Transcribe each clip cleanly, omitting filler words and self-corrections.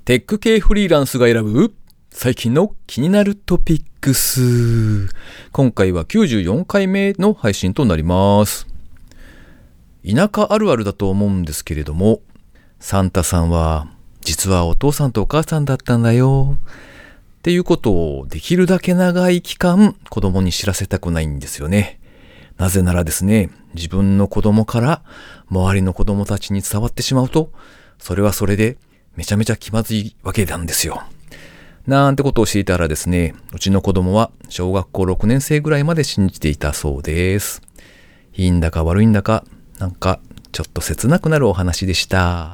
テック系フリーランスが選ぶ最近の気になるトピックス。今回は94回目の配信となります。田舎あるあるだと思うんですけれども、サンタさんは実はお父さんとお母さんだったんだよっていうことをできるだけ長い期間子供に知らせたくないんですよね。なぜならですね、自分の子供から周りの子供たちに伝わってしまうと、それはそれでめちゃめちゃ気まずいわけなんですよ。なんてことをしていたらですね、うちの子供は小学校6年生ぐらいまで信じていたそうです。いいんだか悪いんだか、なんかちょっと切なくなるお話でした。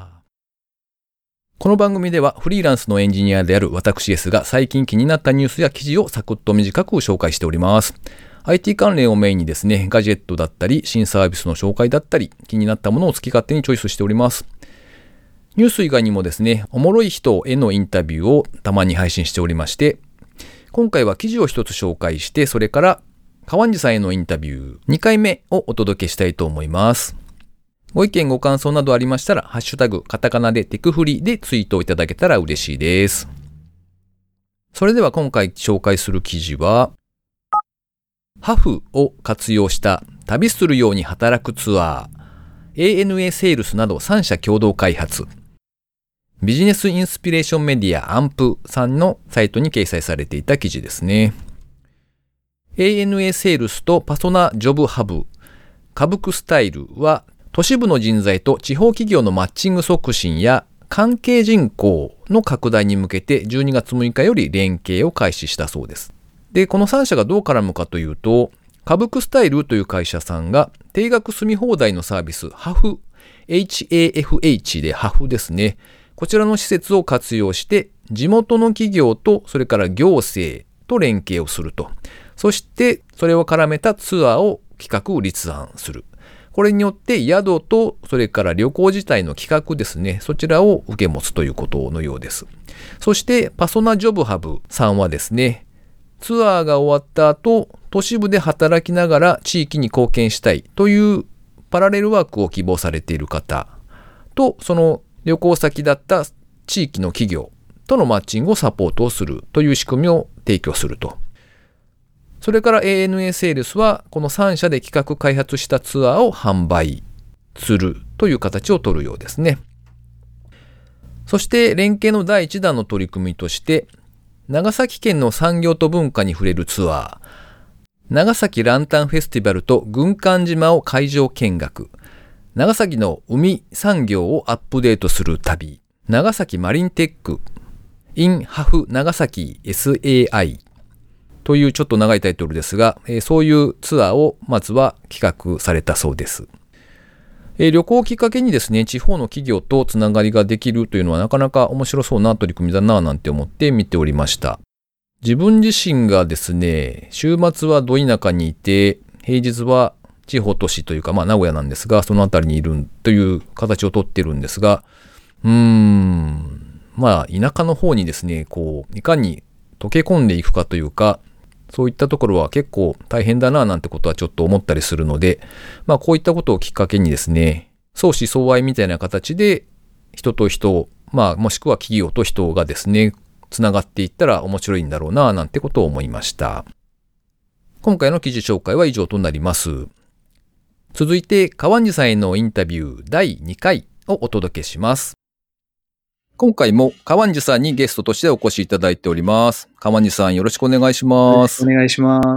この番組ではフリーランスのエンジニアである私ですが、最近気になったニュースや記事をサクッと短く紹介しております。IT 関連をメインにですね、ガジェットだったり、新サービスの紹介だったり、気になったものを好き勝手にチョイスしております。ニュース以外にもですね、おもろい人へのインタビューをたまに配信しておりまして、今回は記事を一つ紹介して、それから川地さんへのインタビュー2回目をお届けしたいと思います。ご意見ご感想などありましたら、ハッシュタグカタカナでテクフリでツイートをいただけたら嬉しいです。それでは今回紹介する記事は、ハフを活用した旅するように働くツアー、ANA セールスなど3社共同開発。ビジネスインスピレーションメディアアンプさんのサイトに掲載されていた記事ですね。ANA セールスとパソナジョブハブ、カブクスタイルは都市部の人材と地方企業のマッチング促進や関係人口の拡大に向けて12月6日より連携を開始したそうです。で、この3社がどう絡むかというと、カブクスタイルという会社さんが定額住み放題のサービスハフ、HAFH でハフですね。こちらの施設を活用して地元の企業とそれから行政と連携をすると。そしてそれを絡めたツアーを企画立案する。これによって宿とそれから旅行自体の企画ですね。そちらを受け持つということのようです。そしてパソナジョブハブさんはですね、ツアーが終わった後、都市部で働きながら地域に貢献したいというパラレルワークを希望されている方と、その旅行先だった地域の企業とのマッチングをサポートをするという仕組みを提供すると。それから ANA セールスはこの3社で企画開発したツアーを販売するという形を取るようですね。そして連携の第1弾の取り組みとして、長崎県の産業と文化に触れるツアー、長崎ランタンフェスティバルと軍艦島を会場見学、長崎の海産業をアップデートする旅、長崎マリンテック in ハフ長崎 SAI というちょっと長いタイトルですが、そういうツアーをまずは企画されたそうです。旅行をきっかけにですね、地方の企業とつながりができるというのはなかなか面白そうな取り組みだななんて思って見ておりました。自分自身がですね、週末はど田舎にいて、平日は地方都市というか、名古屋なんですが、そのあたりにいるという形をとってるんですが、田舎の方にですね、いかに溶け込んでいくかというか、そういったところは結構大変だななんてことはちょっと思ったりするので、こういったことをきっかけにですね、相思相愛みたいな形で人と人、もしくは企業と人がですね、つながっていったら面白いんだろうななんてことを思いました。今回の記事紹介は以上となります。続いて川地さんへのインタビュー第2回をお届けします。今回も川地さんにゲストとしてお越しいただいております。川地さんよろしくお願いします。 お願いします。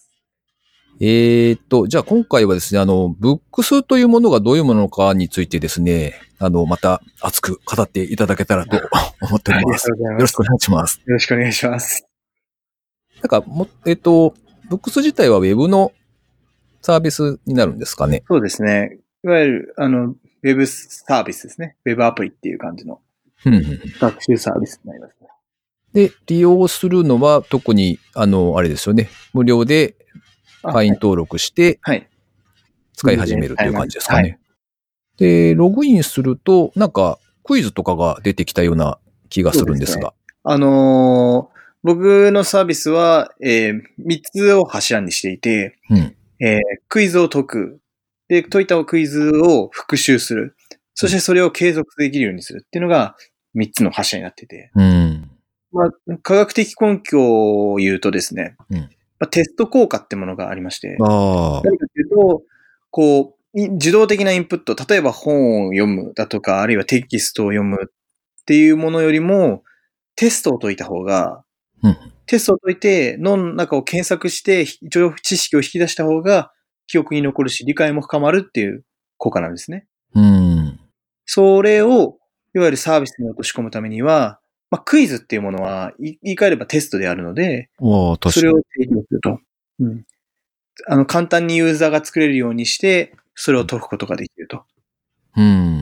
じゃあ今回はですね、ブックスというものがどういうものかについてですね、また熱く語っていただけたらと思っております。よろしくお願いします。 よろしくお願いします。 ブックス自体はウェブのサービスになるんですかね。 そうですね。いわゆる、ウェブサービスですね。ウェブアプリっていう感じの学習サービスになりますね。 で、利用するのは特に、あれですよね。無料で会員登録して、使い始めるという感じですかね。はい。で、ログインすると、なんか、クイズとかが出てきたような気がするんですが。 僕のサービスは、3つを柱にしていて、クイズを解く。で、解いたクイズを復習する。そしてそれを継続できるようにするっていうのが、 3つの柱になってて。 うん。 まあ、科学的根拠を言うとですね、 うん。 まあ、テスト効果ってものがありまして、 ああ。 何かというと、こう、受動的なインプット、例えば本を読むだとか、あるいはテキストを読むっていうものよりも、テストを解いた方が、 うん。 テストを解いて脳の中を検索して情報知識を引き出した方が記憶に残るし理解も深まるっていう効果なんですね。 うん。 それをいわゆるサービスに落とし込むためには、まあ、クイズっていうものは言い換えればテストであるので、それを提供すると。うん。簡単にユーザーが作れるようにして、それを解くことができると。 うん。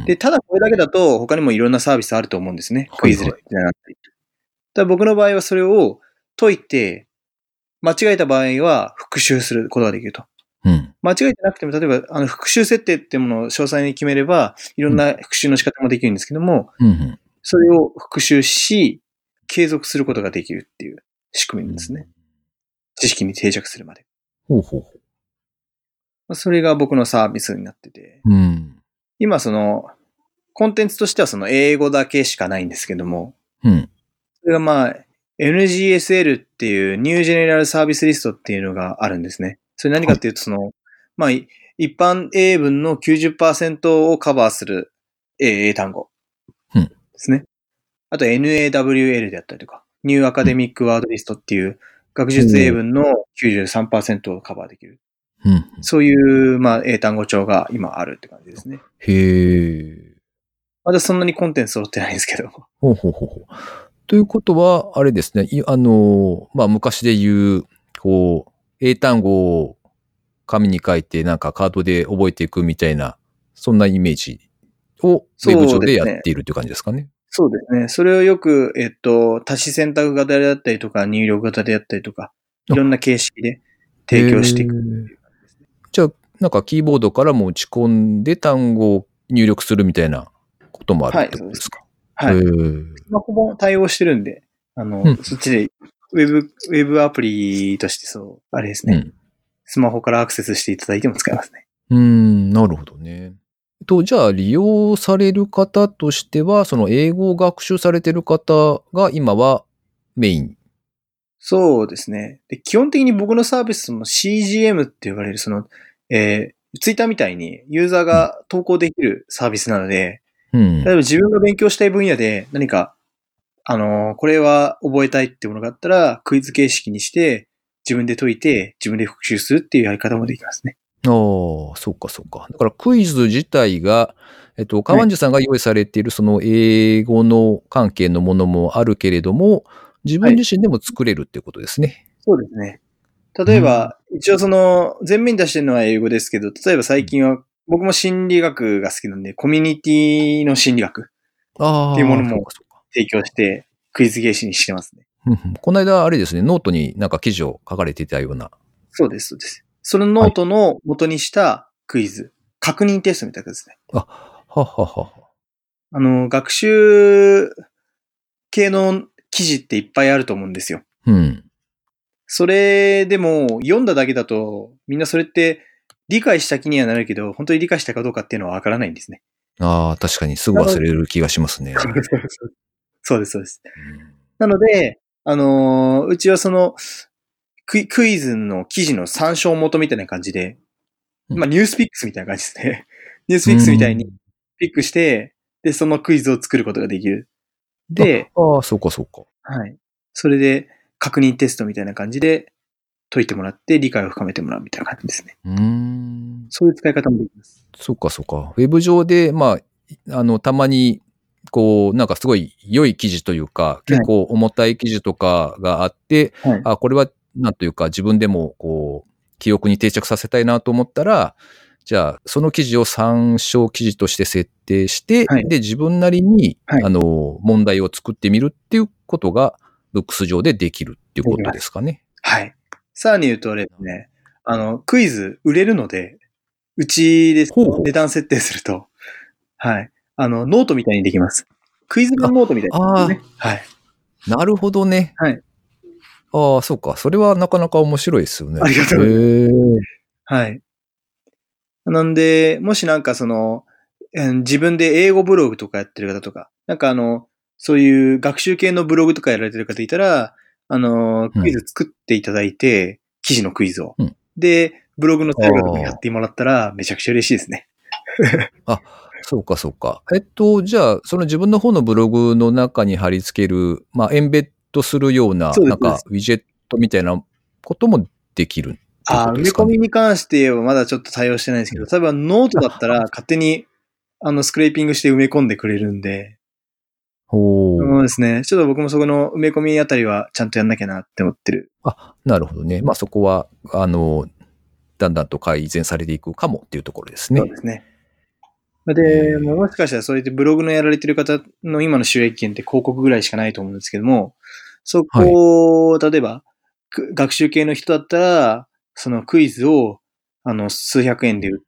で、ただこれだけだと他にもいろんなサービスあると思うんですね。クイズでなったり。ただ僕の場合はそれを解いて、間違えた場合は復習することができると。 うん。 間違えてなくても、例えば、復習設定っていうものを詳細に決めれば、いろんな復習の仕方もできるんですけども、 うん。 それを復習し、継続することができるっていう仕組みなんですね。知識に定着するまで。 ほうほうほう。それが僕のサービスになってて、 うん。 今コンテンツとしては英語だけしかないんですけども、 うん。 それがまあ、NGSL っていうニュージェネラルサービスリストっていうのがあるんですね。それ何かっていうと、まあ、一般英文の 90% をカバーする英単語ですね。あと NAWL であったりとか、ニューアカデミックワードリストっていう学術英文の 93% をカバーできる。 うん。 そういう、まあ、英単語帳が今あるって感じですね。 へえ。 まだそんなにコンテンツ揃ってないんですけど。 ほうほうほうほう。ということは、あれですね。まあ、昔で言う、英単語を紙に書いて、なんかカードで覚えていくみたいな、そんなイメージをウェブ上でやっているという感じですかね。 そうですね。それをよく、多子選択型であったりとか、入力型であったりとか、いろんな形式で提供していくっていう感じですね。 じゃあ、なんかキーボードからも打ち込んで単語を入力するみたいなこともあるってことですか？ はい。スマホも対応してるんで、そっちでウェブアプリとしてあれですね。スマホからアクセスしていただいても使えますね。 なるほどね。じゃあ利用される方としては、その英語を学習されている方が今はメイン。 そうですね。で、基本的に僕のサービスの CGM って呼ばれるツイッターみたいにユーザーが投稿できるサービスなので、例えば自分が勉強したい分野で何か、これは覚えたいってものがあったら、クイズ形式にして、自分で解いて、自分で復習するっていうやり方もできますね。 ああ、そうかそうか。だからクイズ自体が、川地さんが用意されているその英語の関係のものもあるけれども、自分自身でも作れるっていうことですね。 そうですね。例えば、一応前面に出してるのは英語ですけど、例えば最近は、僕も心理学が好きなんで、コミュニティの心理学っていうものも提供して、クイズ形式にしてますね。 この間、あれですね、ノートになんか記事を書かれていたような。 そうです、そうです。そのノートの元にしたクイズ、確認テストみたいなですね。学習系の記事っていっぱいあると思うんですよ。それでも読んだだけだとみんなそれって理解した気にはなるけど本当に理解したかどうかっていうのはわからないんですね。 ああ、確かにすぐ忘れる気がしますね。 そうです、そうです。なので、うちはクイズの記事の参照元みたいな感じで、まあニュースピックスみたいな感じですね。ニュースピックスみたいにピックして、で、そのクイズを作ることができる。で、 そうかそうか。 はい。それで、確認テストみたいな感じで解いてもらって理解を深めてもらうみたいな感じですね。そういう使い方もできます。 そうかそうか。ウェブ上で、まあ、たまに、なんかすごい良い記事というか、結構重たい記事とかがあって、これは、なんというか自分でも、記憶に定着させたいなと思ったら、じゃあ、その記事を参照記事として設定して、で、自分なりに、問題を作ってみるっていうことが、ブックス上でできるっていうことですかね。 はい。さらに言うとあれですね、クイズ売れるので、うちで値段設定すると、はい。ノートみたいにできます。クイズ版ノートみたいな、ね。はい。 なるほどね。 はい。 ああ、そうか。それはなかなか面白いですよね。 ありがとうございます。はい。なんで、もしなんか自分で英語ブログとかやってる方とか、なんかそういう学習系のブログとかやられてる方いたら、クイズ作っていただいて、記事のクイズを。 うんで、ブログの最後とかやってもらったら、めちゃくちゃ嬉しいですね。 あ、そうかそうか。じゃあ、その自分の方のブログの中に貼り付ける、まあ、エンベッドするような、 そうですなんか、ウィジェットみたいなこともできるっていうこと埋めですかね。 込みに関してはまだちょっと対応してないんですけど、例えばノートだったら勝手に、スクレーピングして埋め込んでくれるんで、そうですね。ちょっと僕もそこの埋め込みあたりはちゃんとやんなきゃなって思ってる。 あ、なるほどね。まあそこは、だんだんと改善されていくかもっていうところですね。 そうですね。で、もしかしたらそうやってブログのやられてる方の今の収益源って広告ぐらいしかないと思うんですけども、そこを、例えば、学習系の人だったら、そのクイズを、数百円で売って、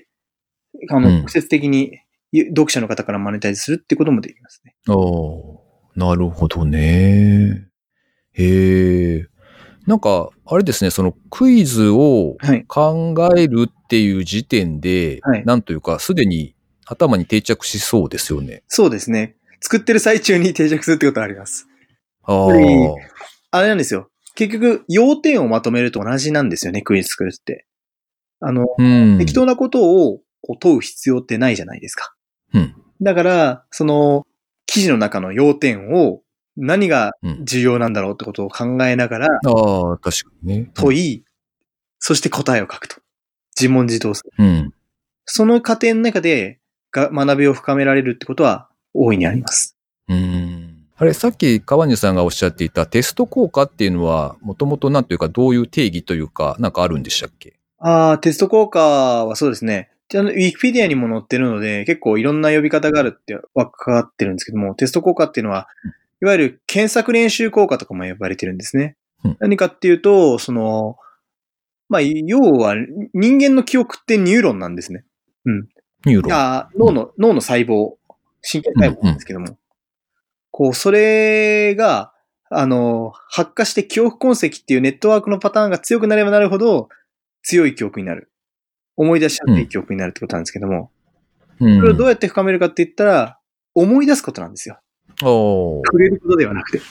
直接的に読者の方からマネタイズするってこともできますね。 なるほどね。へえ。なんか、あれですね、そのクイズを考えるっていう時点で、なんというか、すでに頭に定着しそうですよね。 そうですね。作ってる最中に定着するってことはあります。あれなんですよ。結局、要点をまとめると同じなんですよね、クイズ作るって。適当なことを問う必要ってないじゃないですか。だから、その、記事の中の要点を何が重要なんだろうってことを考えながら、 確かにね。 問い、そして答えを書くと。自問自答する。その過程の中で学びを深められるってことは大いにあります。 あれ、さっき川西さんがおっしゃっていたテスト効果っていうのは、もともとなんというか、どういう定義というか、なんかあるんでしたっけ？ テスト効果はそうですね。ウィキペディアにも載ってるので、結構いろんな呼び方があるって分かってるんですけども、テスト効果っていうのは、いわゆる検索練習効果とかも呼ばれてるんですね。何かっていうと、要は人間の記憶ってニューロンなんですね。 ニューロン。 脳の細胞、神経細胞なんですけども、それが、発火して記憶痕跡っていうネットワークのパターンが強くなればなるほど、強い記憶になる。思い出しやすい記憶になるってことなんですけども、それをどうやって深めるかって言ったら、思い出すことなんですよ。触れることではなくて。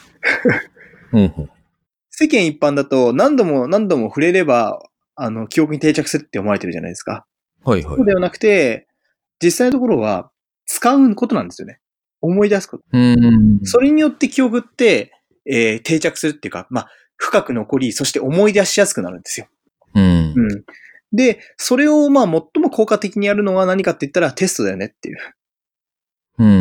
世間一般だと何度も何度も触れれば、記憶に定着するって思われてるじゃないですか。そうではなくて、実際のところは使うことなんですよね。思い出すこと。それによって記憶って、定着するっていうか、深く残り、そして思い出しやすくなるんですよ。で、それを最も効果的にやるのは何かって言ったらテストだよねっていう。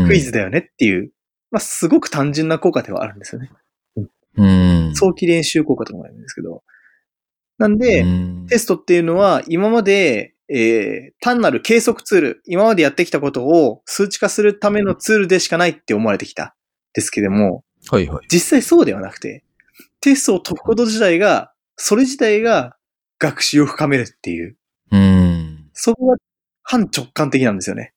クイズだよねっていう。すごく単純な効果ではあるんですよね。早期練習効果とかもあるんですけど。なんで、テストっていうのは今まで、単なる計測ツール、今までやってきたことを数値化するためのツールでしかないって思われてきた。ですけども、実際そうではなくて、テストを解くこと自体が、それ自体が学習を深めるっていう。そこが反直感的なんですよね。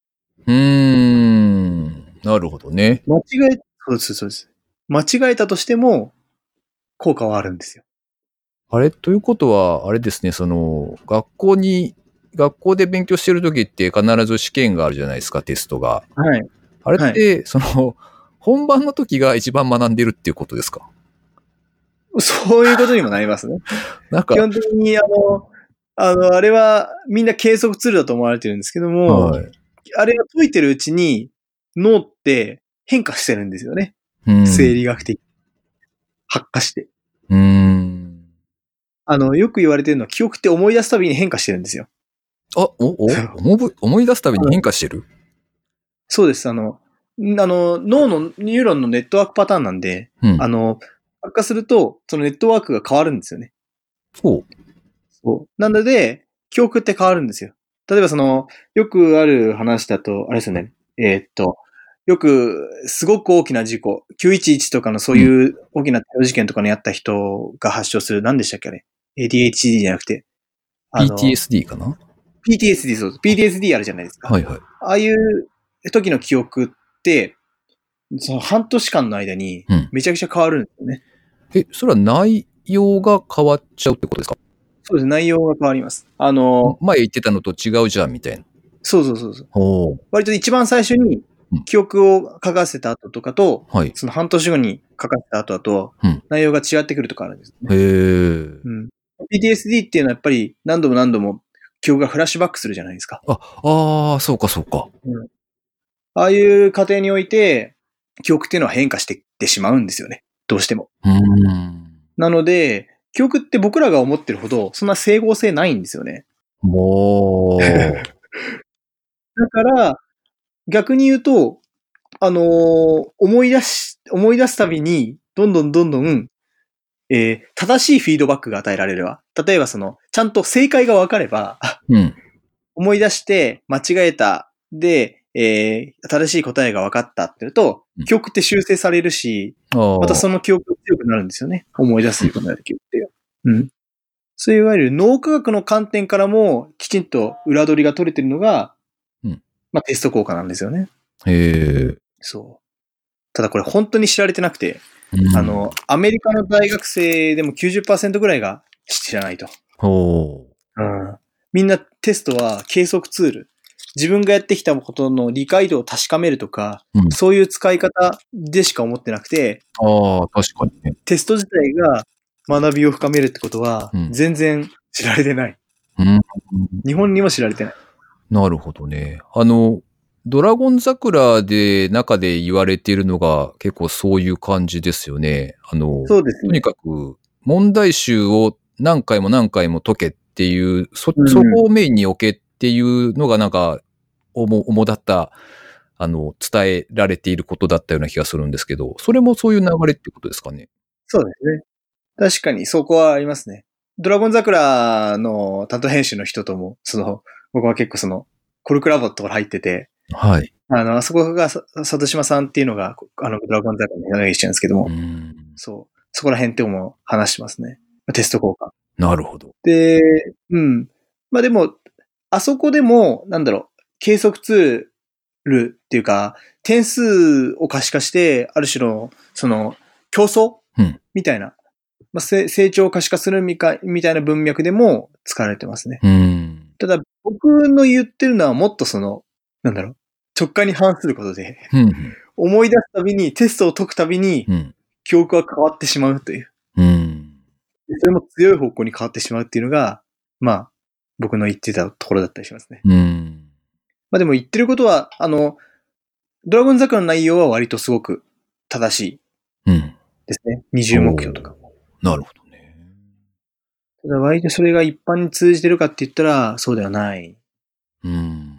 なるほどね。 そうです。間違えたとしても、効果はあるんですよ。 あれということは、あれですね、学校で勉強してるときって必ず試験があるじゃないですか、テストが。あれって、本番の時が一番学んでるっていうことですか？ そういうことにもなりますね。基本的に、あれはみんな計測ツールだと思われてるんですけども、あれが解いてるうちに脳って変化してるんですよね。生理学的。発火して。よく言われてるのは記憶って思い出すたびに変化してるんですよ。 思い出すたびに変化してる？ そうです。脳のニューロンのネットワークパターンなんで、発火すると、そのネットワークが変わるんですよね。なので、記憶って変わるんですよ。例えばよくある話だと、あれですよね。よく、すごく大きな事故、911とかのそういう大きなテロ事件とかにあった人が発症する、何でしたっけあれ ?ADHD じゃなくて。 PTSD かな？ PTSD、そうです。PTSD あるじゃないですか。ああいう時の記憶って、その半年間の間にめちゃくちゃ変わるんですよね。 それは内容が変わっちゃうってことですか？ そうです。内容が変わります。 前言ってたのと違うじゃんみたいな。 そう。割と一番最初に記憶を書かせた後とかと、 はい。 その半年後に書かせた後だとうん、 内容が違ってくるとかあるんですね。 へえ。 うん。PTSD っていうのはやっぱり何度も何度も記憶がフラッシュバックするじゃないですか。 そうかそうか。 うん。ああいう過程において、記憶っていうのは変化していってしまうんですよね。どうしても。なので、記憶って僕らが思ってるほど、そんな整合性ないんですよね。 もう、 だから、逆に言うと、思い出すたびに、どんどん、正しいフィードバックが与えられれば、例えばちゃんと正解が分かれば、 うん。 思い出して間違えた、で、正しい答えが分かったっていうとうん、 記憶って修正されるし、 あまたその記憶が強くなるんですよね。思い出すようになる記憶って。うん。そういういわゆる脳科学の観点からもきちんと裏取りが取れてるのが、 うん、 まあテスト効果なんですよね。 へえ。 そう。ただこれ本当に知られてなくて、 うん、 アメリカの大学生でも 90% ぐらいが知らないと。 ほうん。みんなテストは計測ツール。自分がやってきたことの理解度を確かめるとか、 う。うん。 そういう使い方でしか思ってなくて、 確かにね。 テスト自体が学びを深めるってことはうん。 全然知られてない。 うん。 日本にも知られてない。 なるほどね。ドラゴン桜で中で言われているのが結構そういう感じですよね。とにそうですね。 かく問題集を何回も何回も解けっていう、そうん。 こをメインに置けっていうのがなんか、主だった、伝えられていることだったような気がするんですけど、それもそういう流れってことですかね。 そうですね。確かにそこはありますね。ドラゴン桜の担当編集の人とも、僕は結構コルクラボットから入ってて、 はい。 あそこが里島さんっていうのが、ドラゴン桜の柳してるんですけどうも、 ん。 そう。そこら辺っても話してますね。テスト効果。 なるほど。 で、うん。まあでも、あそこでも、計測ツールっていうか、点数を可視化して、ある種の、競争うん。 みたいな、まあ、成長を可視化するみたいな文脈でも使われてますね。 うん。 ただ、僕の言ってるのはもっと直感に反することで、 うん。 思い出すたびに、テストを解くたびにう、ん。 記憶は変わってしまうという。 うん。 それも強い方向に変わってしまうっていうのが、まあ、僕の言ってたところだったりしますね。 うん。 まあでも言ってることは、ドラゴン桜の内容は割とすごく正しいうん。 ですね。二重目標とか。 なるほどね。 ただ割とそれが一般に通じてるかって言ったら、そうではない。 うん。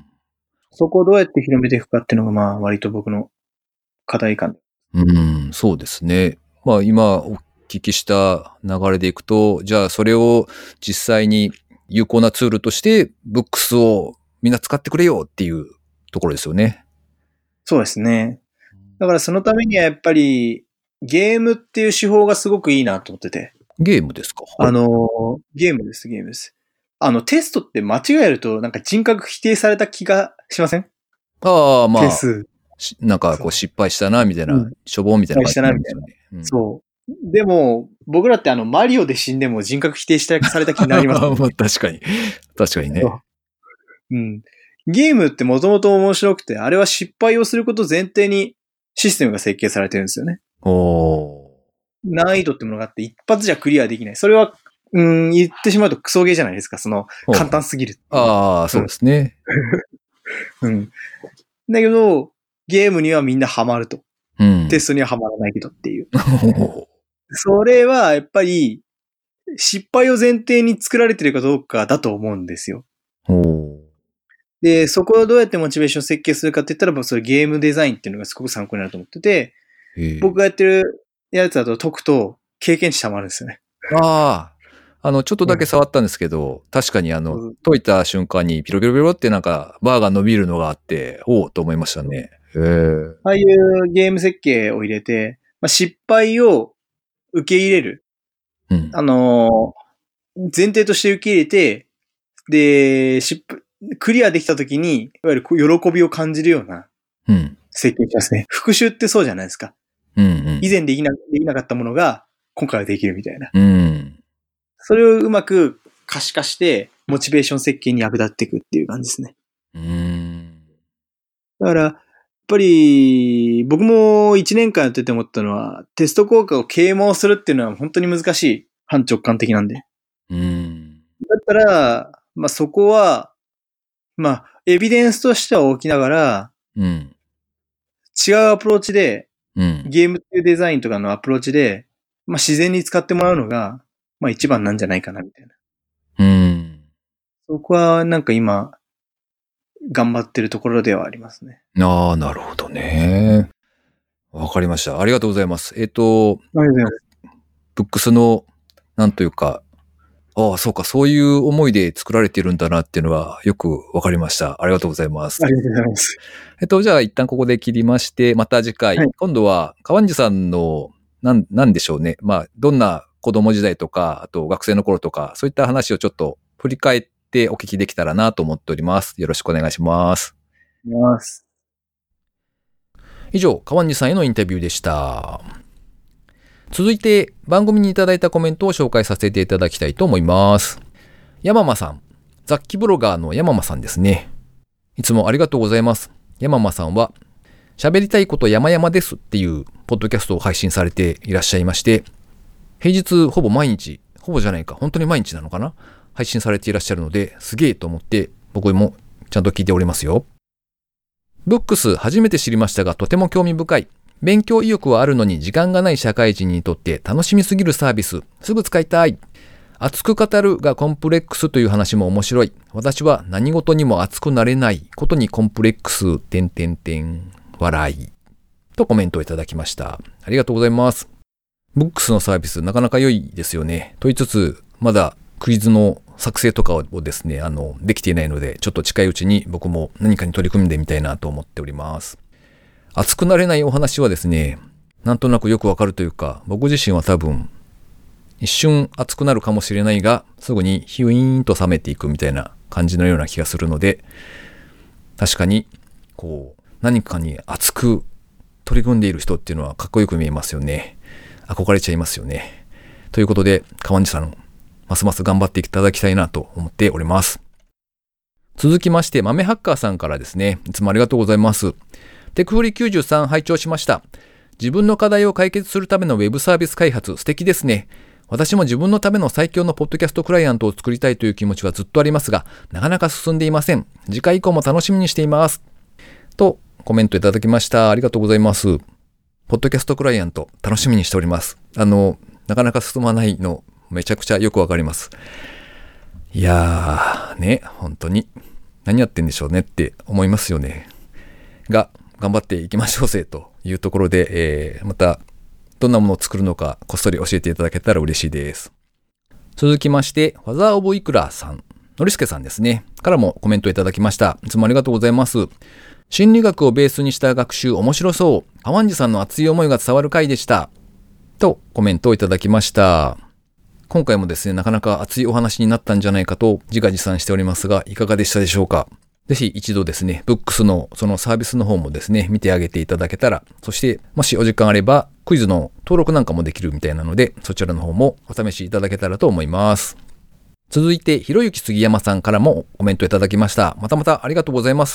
そこをどうやって広めていくかっていうのが、まあ、割と僕の課題感。 うん、そうですね。まあ今お聞きした流れでいくと、じゃあそれを実際に有効なツールとしてブックスをみんな使ってくれよっていうところですよね。 そうですね。だからそのためにはやっぱり、ゲームっていう手法がすごくいいなと思ってて。 ゲームですか？はい。 ゲームです、ゲームです。テストって間違えると、人格否定された気がしません？ ああ、まあ、 点数。 なんかこうそう。 失敗したな、みたいな、 うん。 しょぼんみたいな感じしたな、みたいな。 になりますよね。うん。 そう。でも、僕らってマリオで死んでも人格否定された気になりますもんまあね。 確かに。確かにね。 そう。うん。ゲームってもともと面白くて、あれは失敗をすること前提にシステムが設計されてるんですよね。 おー。 難易度ってものがあって、一発じゃクリアできない。それは、言ってしまうとクソゲーじゃないですか。簡単すぎるっていう。 ああ、そうですね。 うん。だけど、ゲームにはみんなハマると。 うん。 テストにはハマらないけどっていう。それは、やっぱり、失敗を前提に作られてるかどうかだと思うんですよ。 おー。 で、そこをどうやってモチベーション設計するかって言ったら、それゲームデザインっていうのがすごく参考になると思ってて、僕がやってるやつだと解くと経験値たまるんですよね。 ああ、ちょっとだけ触ったんですけど、確かに解いた瞬間にピロピロピロってなんかバーが伸びるのがあって、おおと思いましたね。 ああいうゲーム設計を入れて、失敗を受け入れる。 うん。 前提として受け入れて、で、クリアできた時に、いわゆる喜びを感じるようなうん。 設計しますね。復習ってそうじゃないですか。 うん。 以前できなかったものが今回はできるみたいな。 うん。 それをうまく可視化して、モチベーション設計に役立っていくっていう感じですね。 うん。 だから、 ぱり僕も1年間やってて思ったのは、テスト効果を啓蒙するっていうのは本当に難しい。反直感的なんで。だったら、そこは、エビデンスとしては大きながら、違うアプローチで、ゲームっていうデザインとかのアプローチで、自然に使ってもらうのが、一番なんじゃないかな、みたいな。そこはなんか今、頑張ってるところではありますね。 ああ、なるほどね。わかりました。ありがとうございます。 ありがとうございます。 ブックスの、なんというか、ああ、そうか、そういう思いで作られているんだなっていうのはよくわかりました。ありがとうございます。 ありがとうございます。 じゃあ一旦ここで切りまして、また次回、今度は川地さんの、なんでしょうね。どんな子供時代とか、あと学生の頃とか、そういった話をちょっと振り返ってお聞きできたらなと思っております。よろしくお願いします。以上、川地さんへのインタビューでした。続いて番組にいただいたコメントを紹介させていただきたいと思います。山間さん、雑記ブロガーの山間さんですね。いつもありがとうございます。山間さんは、喋りたいこと山々ですっていうポッドキャストを配信されていらっしゃいまして、平日ほぼ毎日、ほぼじゃないか、本当に毎日なのかな、配信されていらっしゃるので、すげえと思って僕もちゃんと聞いておりますよ。ブックス初めて知りましたが、とても興味深い。勉強意欲はあるのに時間がない社会人にとって楽しみすぎるサービス。すぐ使いたい。熱く語るがコンプレックスという話も面白い。私は何事にも熱くなれないことにコンプレックス、笑い。とコメントをいただきました。ありがとうございます。ブックスのサービスなかなか良いですよね。と言いつつ、まだクイズの作成とかをですね、できていないので、ちょっと近いうちに僕も何かに取り組んでみたいなと思っております。熱くなれないお話はですね、なんとなくよくわかるというか、僕自身は多分、一瞬熱くなるかもしれないが、すぐにヒュイーンと冷めていくみたいな感じのような気がするので、確かに、何かに熱く取り組んでいる人っていうのはかっこよく見えますよね。憧れちゃいますよね。ということで、川地さん、ますます頑張っていただきたいなと思っております。続きまして、豆ハッカーさんからですね、いつもありがとうございます。テクフリ93拝聴しました。自分の課題を解決するためのウェブサービス開発、素敵ですね。私も自分のための最強のポッドキャストクライアントを作りたいという気持ちはずっとありますが、なかなか進んでいません。次回以降も楽しみにしています。とコメントいただきました。ありがとうございます。ポッドキャストクライアント、楽しみにしております。なかなか進まないの、めちゃくちゃよくわかります。いやー、ね、本当に、何やってんでしょうねって思いますよね。が、頑張っていきましょうぜというところで、また、どんなものを作るのか、こっそり教えていただけたら嬉しいです。続きまして、ファザーオブイクラさん、のりすけさんですね。からもコメントいただきました。いつもありがとうございます。心理学をベースにした学習面白そう。川地さんの熱い思いが伝わる回でした。とコメントをいただきました。今回もですね、なかなか熱いお話になったんじゃないかと自画自賛しておりますが、いかがでしたでしょうか。ぜひ一度ですね、ブックスのそのサービスの方もですね、見てあげていただけたら、そしてもしお時間あればクイズの登録なんかもできるみたいなので、そちらの方もお試しいただけたらと思います。続いて、ひろゆき杉山さんからもコメントいただきました。またまたありがとうございます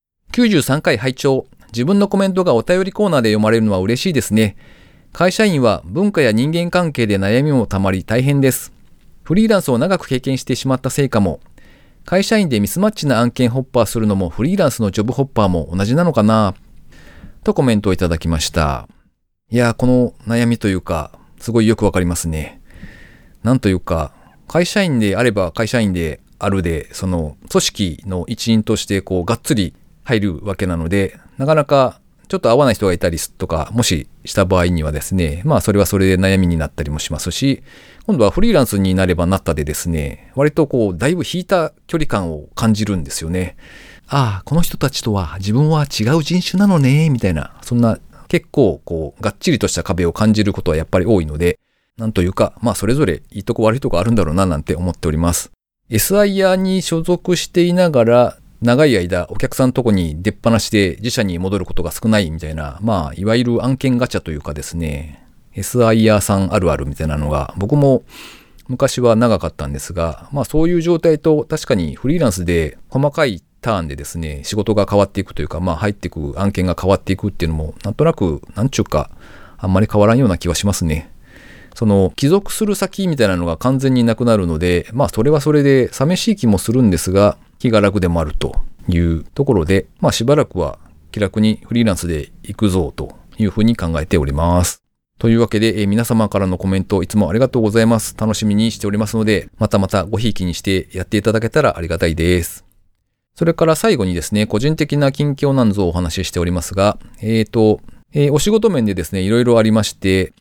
。93回拝聴。自分のコメントがお便りコーナーで読まれるのは嬉しいですね。会社員は文化や人間関係で悩みもたまり大変です。フリーランスを長く経験してしまったせいかも。会社員でミスマッチな案件ホッパーするのもフリーランスのジョブホッパーも同じなのかなとコメントをいただきました。いやー、この悩みというか、すごいよくわかりますね。なんというか、会社員であれば会社員であるで、その組織の一員としてがっつり入るわけなので、なかなかちょっと合わない人がいたりとか、もしした場合にはですね、それはそれで悩みになったりもしますし、今度はフリーランスになればなったでですね、割とだいぶ引いた距離感を感じるんですよね。ああ、この人たちとは自分は違う人種なのね、みたいな、そんな結構がっちりとした壁を感じることはやっぱり多いので、なんというか、それぞれいいとこ悪いとこあるんだろうななんて思っております。SIR に所属していながら、長い間お客さんのとこに出っ放しで自社に戻ることが少ないみたいな、いわゆる案件ガチャというかですね、SIR さんあるあるみたいなのが僕も昔は長かったんですが、そういう状態と確かにフリーランスで細かいターンでですね、仕事が変わっていくというか、入っていく案件が変わっていくっていうのも、なんとなく、なんちゅうか、あんまり変わらんような気はしますね。その、帰属する先みたいなのが完全になくなるので、それはそれで寂しい気もするんですが、気が楽でもあるというところで、しばらくは気楽にフリーランスで行くぞというふうに考えております。というわけで、皆様からのコメントいつもありがとうございます。楽しみにしておりますので、またまたごひいきにしてやっていただけたらありがたいです。それから最後にですね、個人的な近況なんぞをお話ししておりますが、お仕事面でですね、いろいろありまして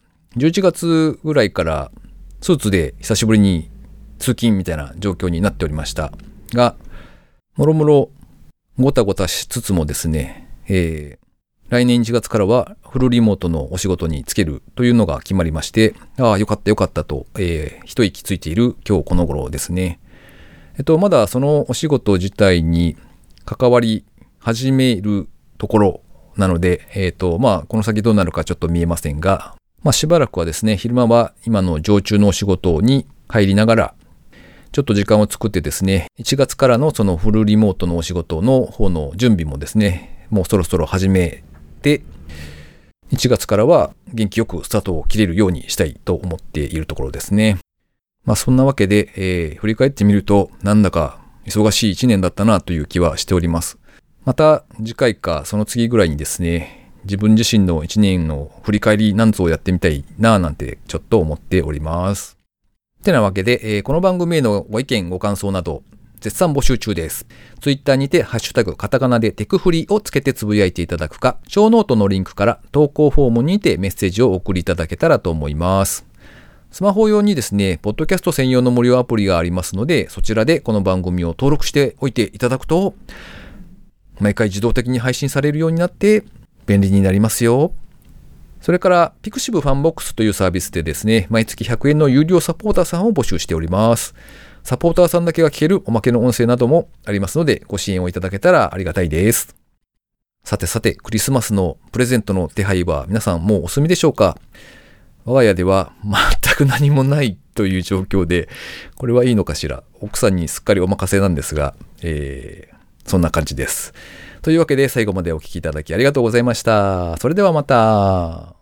、11月ぐらいからスーツで久しぶりに通勤みたいな状況になっておりましたが、もろもろごたごたしつつもですね、来年1月からはフルリモートのお仕事に就けるというのが決まりまして、よかったよかったと、一息ついている今日この頃ですね。まだそのお仕事自体に関わり始めるところなので、この先どうなるかちょっと見えませんが、しばらくはですね、昼間は今の常駐のお仕事に入りながら、ちょっと時間を作ってですね、1月からのそのフルリモートのお仕事の方の準備もですね、もうそろそろ始めて、1月からは元気よくスタートを切れるようにしたいと思っているところですね。そんなわけで、振り返ってみると、なんだか忙しい1年だったなという気はしております。また次回かその次ぐらいにですね、自分自身の1年の振り返りなんぞをやってみたいななんてちょっと思っております。てなわけで、この番組へのご意見ご感想など絶賛募集中です。ツイッターにてハッシュタグカタカナでテクフリをつけてつぶやいていただくか、ショーノートのリンクから投稿フォームにてメッセージをお送りいただけたらと思います。スマホ用にですね、ポッドキャスト専用の無料アプリがありますので、そちらでこの番組を登録しておいていただくと、毎回自動的に配信されるようになって便利になりますよ。それからピクシブファンボックスというサービスでですね、毎月100円の有料サポーターさんを募集しております。サポーターさんだけが聞けるおまけの音声などもありますので、ご支援をいただけたらありがたいです。さて、クリスマスのプレゼントの手配は皆さんもうお済みでしょうか？我が家では全く何もないという状況で、これはいいのかしら。奥さんにすっかりお任せなんですが、そんな感じです。というわけで最後までお聞きいただきありがとうございました。それではまた。